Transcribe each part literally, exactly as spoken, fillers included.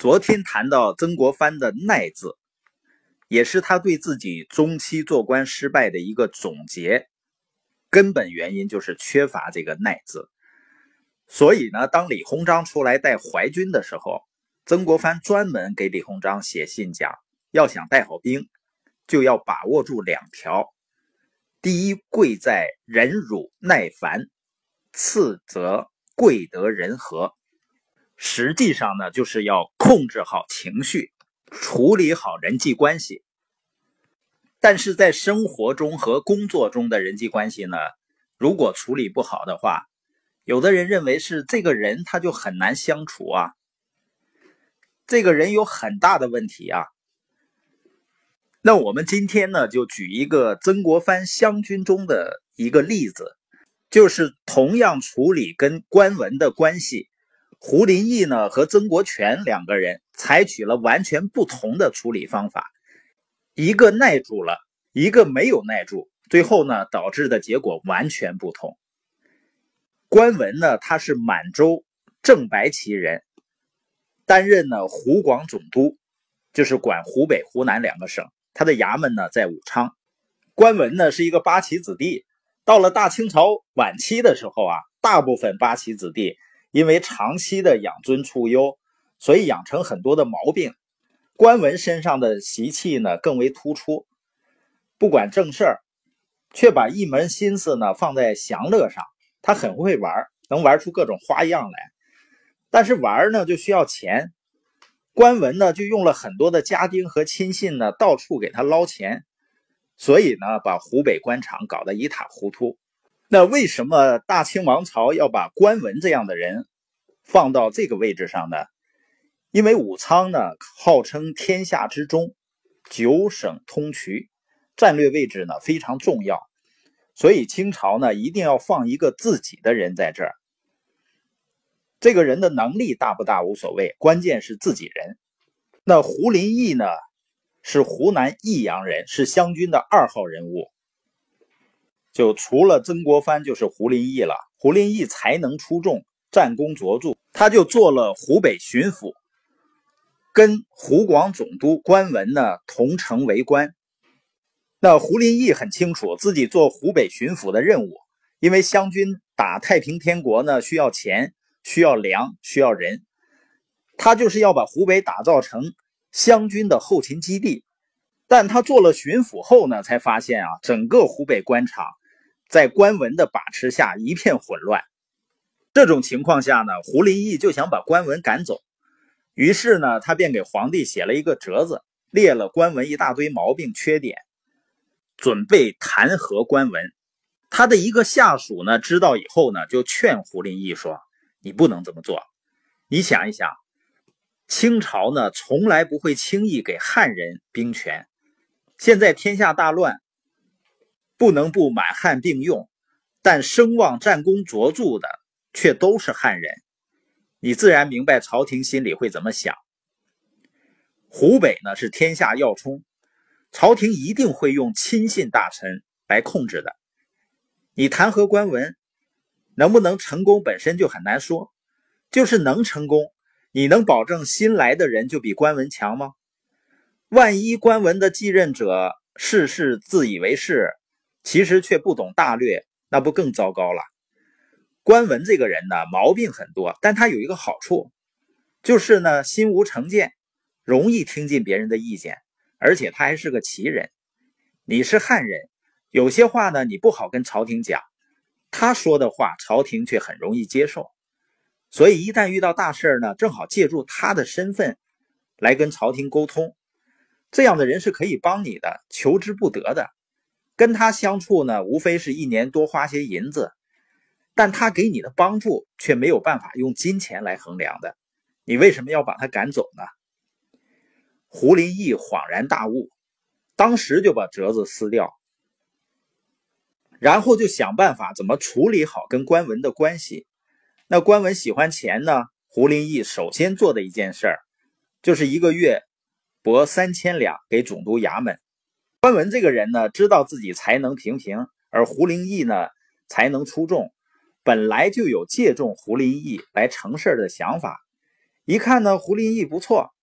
昨天谈到曾国藩的耐字，也是他对自己中期做官失败的一个总结，根本原因就是缺乏这个耐字。所以呢，当李鸿章出来带淮军的时候，曾国藩专门给李鸿章写信讲，要想带好兵，就要把握住两条：第一，贵在忍辱耐烦；次则贵得人和。实际上呢，就是要控制好情绪，处理好人际关系。但是在生活中和工作中的人际关系呢，如果处理不好的话，有的人认为是这个人他就很难相处啊，这个人有很大的问题啊。那我们今天呢，就举一个曾国藩湘军中的一个例子，就是同样处理跟关文的关系，胡林翼呢和曾国荃两个人采取了完全不同的处理方法，一个耐住了，一个没有耐住，最后呢导致的结果完全不同。关文呢，他是满洲正白旗人，担任呢湖广总督，就是管湖北湖南两个省，他的衙门呢在武昌。关文呢是一个八旗子弟，到了大清朝晚期的时候啊，大部分八旗子弟因为长期的养尊处优，所以养成很多的毛病。关文身上的习气呢更为突出，不管正事儿，却把一门心思呢放在享乐上。他很会玩，能玩出各种花样来，但是玩呢就需要钱。关文呢就用了很多的家丁和亲信呢到处给他捞钱，所以呢把湖北官场搞得一塌糊涂。那为什么大清王朝要把关文这样的人放到这个位置上呢？因为武昌呢号称天下之中，九省通衢，战略位置呢非常重要，所以清朝呢一定要放一个自己的人在这儿。这个人的能力大不大无所谓，关键是自己人。那胡林翼呢是湖南益阳人，是湘军的二号人物，就除了曾国藩就是胡林翼了。胡林翼才能出众，战功卓著，他就做了湖北巡抚，跟湖广总督关文呢同城为官。那胡林翼很清楚自己做湖北巡抚的任务，因为湘军打太平天国呢需要钱，需要粮，需要人，他就是要把湖北打造成湘军的后勤基地。但他做了巡抚后呢，才发现啊，整个湖北官场在关文的把持下一片混乱。这种情况下呢，胡林翼就想把关文赶走，于是呢，他便给皇帝写了一个折子，列了关文一大堆毛病缺点，准备弹劾关文。他的一个下属呢知道以后呢，就劝胡林翼说，你不能这么做。你想一想，清朝呢从来不会轻易给汉人兵权，现在天下大乱，不能不满汉并用，但声望战功卓著的却都是汉人，你自然明白朝廷心里会怎么想。湖北呢是天下要冲，朝廷一定会用亲信大臣来控制的。你弹劾关文能不能成功本身就很难说，就是能成功，你能保证新来的人就比关文强吗？万一关文的继任者事事自以为是，其实却不懂大略，那不更糟糕了。关文这个人呢毛病很多，但他有一个好处，就是呢心无成见，容易听进别人的意见，而且他还是个旗人。你是汉人，有些话呢你不好跟朝廷讲，他说的话朝廷却很容易接受，所以一旦遇到大事呢，正好借助他的身份来跟朝廷沟通。这样的人是可以帮你的，求之不得的。跟他相处呢，无非是一年多花些银子，但他给你的帮助却没有办法用金钱来衡量的，你为什么要把他赶走呢？胡林翼恍然大悟，当时就把折子撕掉，然后就想办法怎么处理好跟关文的关系。那关文喜欢钱呢，胡林翼首先做的一件事儿，就是一个月拨三千两给总督衙门。关文这个人呢，知道自己才能平平，而胡林翼呢才能出众，本来就有借重胡林翼来成事的想法。一看呢，胡林翼不错，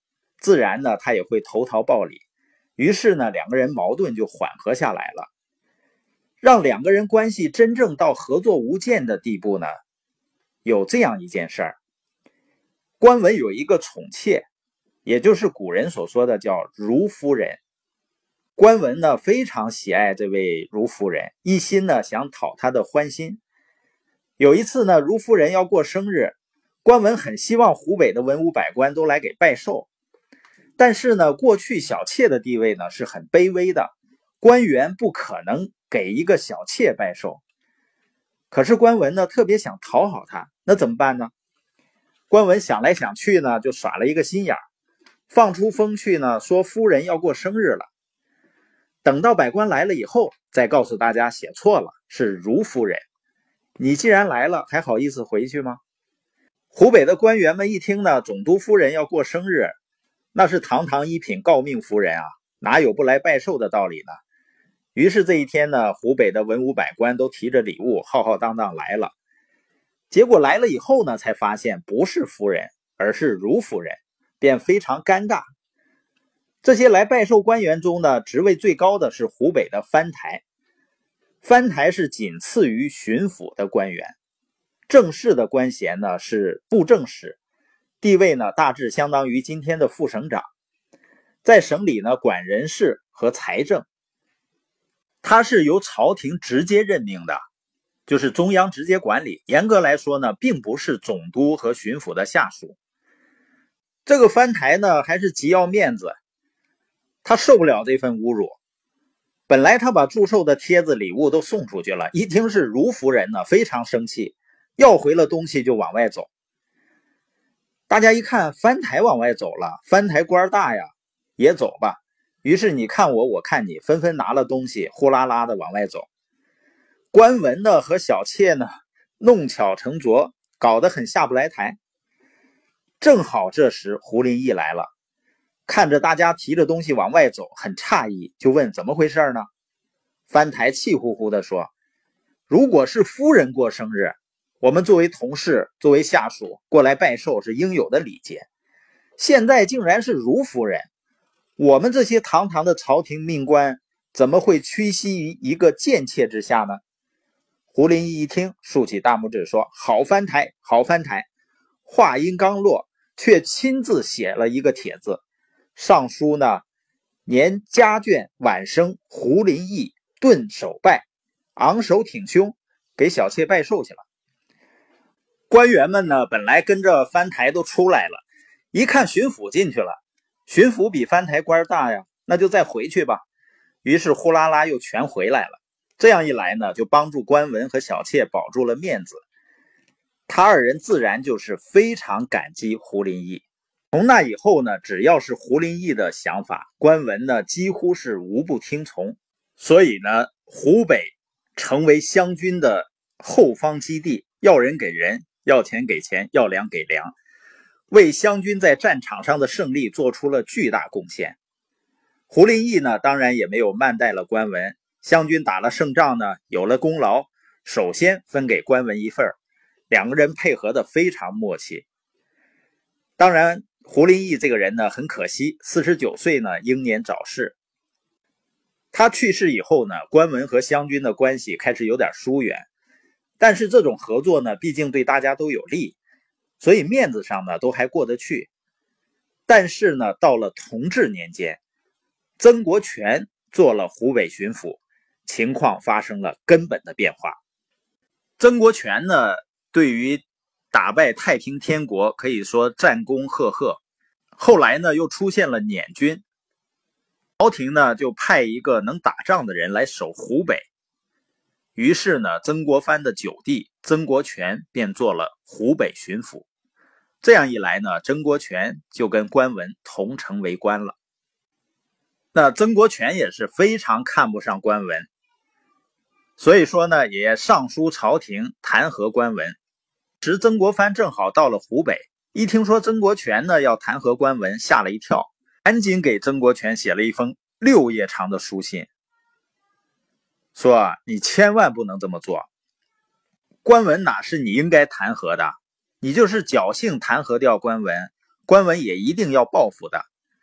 自然呢他也会投桃报李。于是呢两个人矛盾就缓和下来了。让两个人关系真正到合作无间的地步呢，有这样一件事儿。关文有一个宠妾，也就是古人所说的叫如夫人。关文呢非常喜爱这位如夫人，一心呢想讨她的欢心。有一次呢如夫人要过生日，关文很希望湖北的文武百官都来给拜寿。但是呢过去小妾的地位呢是很卑微的，官员不可能给一个小妾拜寿。可是关文呢特别想讨好她，那怎么办呢？关文想来想去呢，就耍了一个心眼儿，放出风去呢，说夫人要过生日了。等到百官来了以后，再告诉大家写错了，是如夫人。你既然来了，还好意思回去吗？湖北的官员们一听呢，总督夫人要过生日，那是堂堂一品诰命夫人啊，哪有不来拜寿的道理呢？于是这一天呢，湖北的文武百官都提着礼物浩浩荡荡来了。结果来了以后呢，才发现不是夫人，而是如夫人，便非常尴尬。这些来拜寿官员中呢，职位最高的是湖北的藩台。藩台是仅次于巡抚的官员，正式的官衔呢是布政使，地位呢大致相当于今天的副省长。在省里呢管人事和财政，他是由朝廷直接任命的，就是中央直接管理。严格来说呢，并不是总督和巡抚的下属。这个藩台呢还是极要面子，他受不了这份侮辱。本来他把祝寿的帖子礼物都送出去了，一听是如夫人呢，非常生气，要回了东西就往外走。大家一看藩台往外走了，藩台官大呀，也走吧。于是你看我我看你，纷纷拿了东西呼啦啦的往外走。关文呢和小妾呢弄巧成拙，搞得很下不来台。正好这时胡林翼来了，看着大家提着东西往外走，很诧异，就问怎么回事呢？藩台气呼呼地说，如果是夫人过生日，我们作为同事作为下属过来拜寿是应有的礼节，现在竟然是如夫人，我们这些堂堂的朝廷命官怎么会屈膝于一个贱妾之下呢？胡林翼一听，竖起大拇指说，好藩台，好藩台。话音刚落，却亲自写了一个帖子，上书呢，年家眷晚生胡林翼顿首拜，昂首挺胸，给小妾拜寿去了。官员们呢，本来跟着藩台都出来了，一看巡抚进去了，巡抚比藩台官大呀，那就再回去吧。于是呼啦啦又全回来了。这样一来呢，就帮助关文和小妾保住了面子。他二人自然就是非常感激胡林翼。从那以后呢，只要是胡林翼的想法，关文呢几乎是无不听从。所以呢，湖北成为湘军的后方基地，要人给人，要钱给钱，要粮给粮，为湘军在战场上的胜利做出了巨大贡献。胡林翼呢，当然也没有慢待了关文。湘军打了胜仗呢，有了功劳，首先分给关文一份，两个人配合的非常默契。当然胡林翼这个人呢很可惜，四十九岁呢英年早逝。他去世以后呢，关文和湘军的关系开始有点疏远，但是这种合作呢毕竟对大家都有利，所以面子上呢都还过得去。但是呢到了同治年间，曾国荃做了湖北巡抚，情况发生了根本的变化。曾国荃呢对于打败太平天国可以说战功赫赫，后来呢又出现了捻军，朝廷呢就派一个能打仗的人来守湖北。于是呢曾国藩的九弟曾国荃便做了湖北巡抚。这样一来呢，曾国荃就跟关文同城为官了。那曾国荃也是非常看不上关文，所以说呢也上书朝廷弹劾关文。时曾国藩正好到了湖北，一听说曾国荃呢要弹劾关文，吓了一跳，赶紧给曾国荃写了一封六页长的书信，说啊，你千万不能这么做，关文哪是你应该弹劾的，你就是侥幸弹劾掉关文，关文也一定要报复的。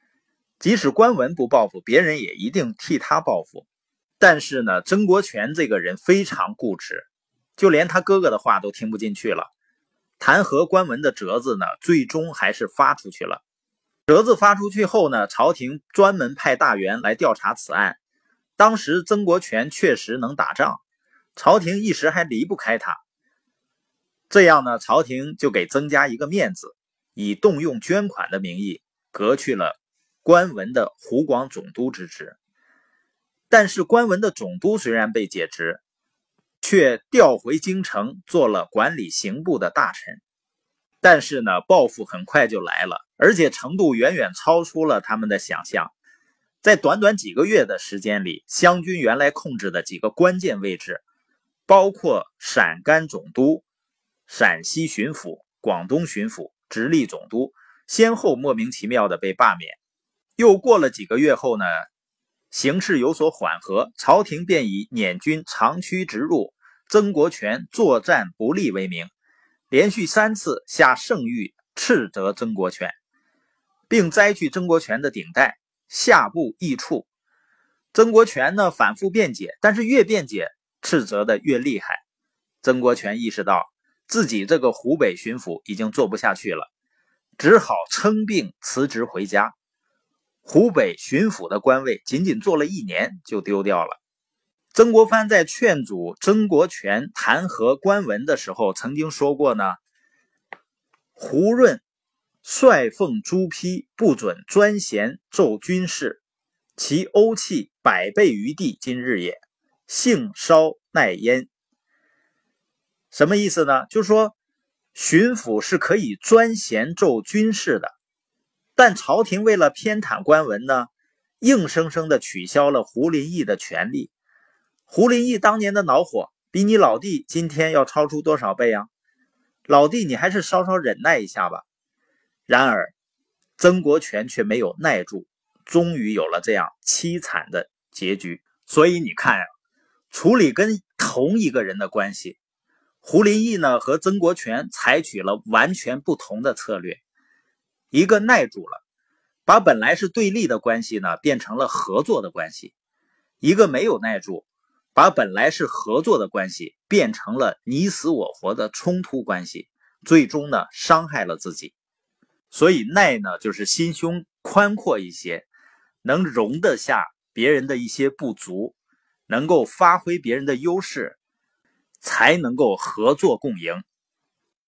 即使关文不报复，别人也一定替他报复。但是呢，曾国荃这个人非常固执，就连他哥哥的话都听不进去了。弹劾关文的折子呢，最终还是发出去了。折子发出去后呢，朝廷专门派大员来调查此案。当时曾国荃确实能打仗，朝廷一时还离不开他。这样呢，朝廷就给曾家一个面子，以动用捐款的名义革去了关文的湖广总督之职。但是关文的总督虽然被解职，却调回京城做了管理刑部的大臣。但是呢，报复很快就来了，而且程度远远超出了他们的想象。在短短几个月的时间里，湘军原来控制的几个关键位置，包括陕甘总督、陕西巡抚、广东巡抚、直隶总督，先后莫名其妙的被罢免。又过了几个月后呢，形势有所缓和，朝廷便以捻军长驱直入，曾国荃作战不利为名，连续三次下圣谕斥责曾国荃，并摘去曾国荃的顶戴，下部易处。曾国荃呢反复辩解，但是越辩解斥责的越厉害。曾国荃意识到自己这个湖北巡抚已经做不下去了，只好称病辞职回家。湖北巡抚的官位仅仅做了一年就丢掉了。曾国藩在劝阻曾国荃弹劾关文的时候曾经说过呢，胡润率奉朱批，不准专衔奏军事，其欧气百倍于地今日也，性稍耐焉。什么意思呢？就是说巡抚是可以专衔奏军事的，但朝廷为了偏袒关文呢，硬生生的取消了胡林翼的权利。胡林翼当年的恼火比你老弟今天要超出多少倍啊？老弟你还是稍稍忍耐一下吧。然而曾国荃却没有耐住，终于有了这样凄惨的结局。所以你看啊，处理跟同一个人的关系，胡林翼呢和曾国荃采取了完全不同的策略。一个耐住了，把本来是对立的关系呢变成了合作的关系；一个没有耐住，把本来是合作的关系变成了你死我活的冲突关系，最终呢伤害了自己。所以耐呢就是心胸宽阔一些，能容得下别人的一些不足，能够发挥别人的优势，才能够合作共赢。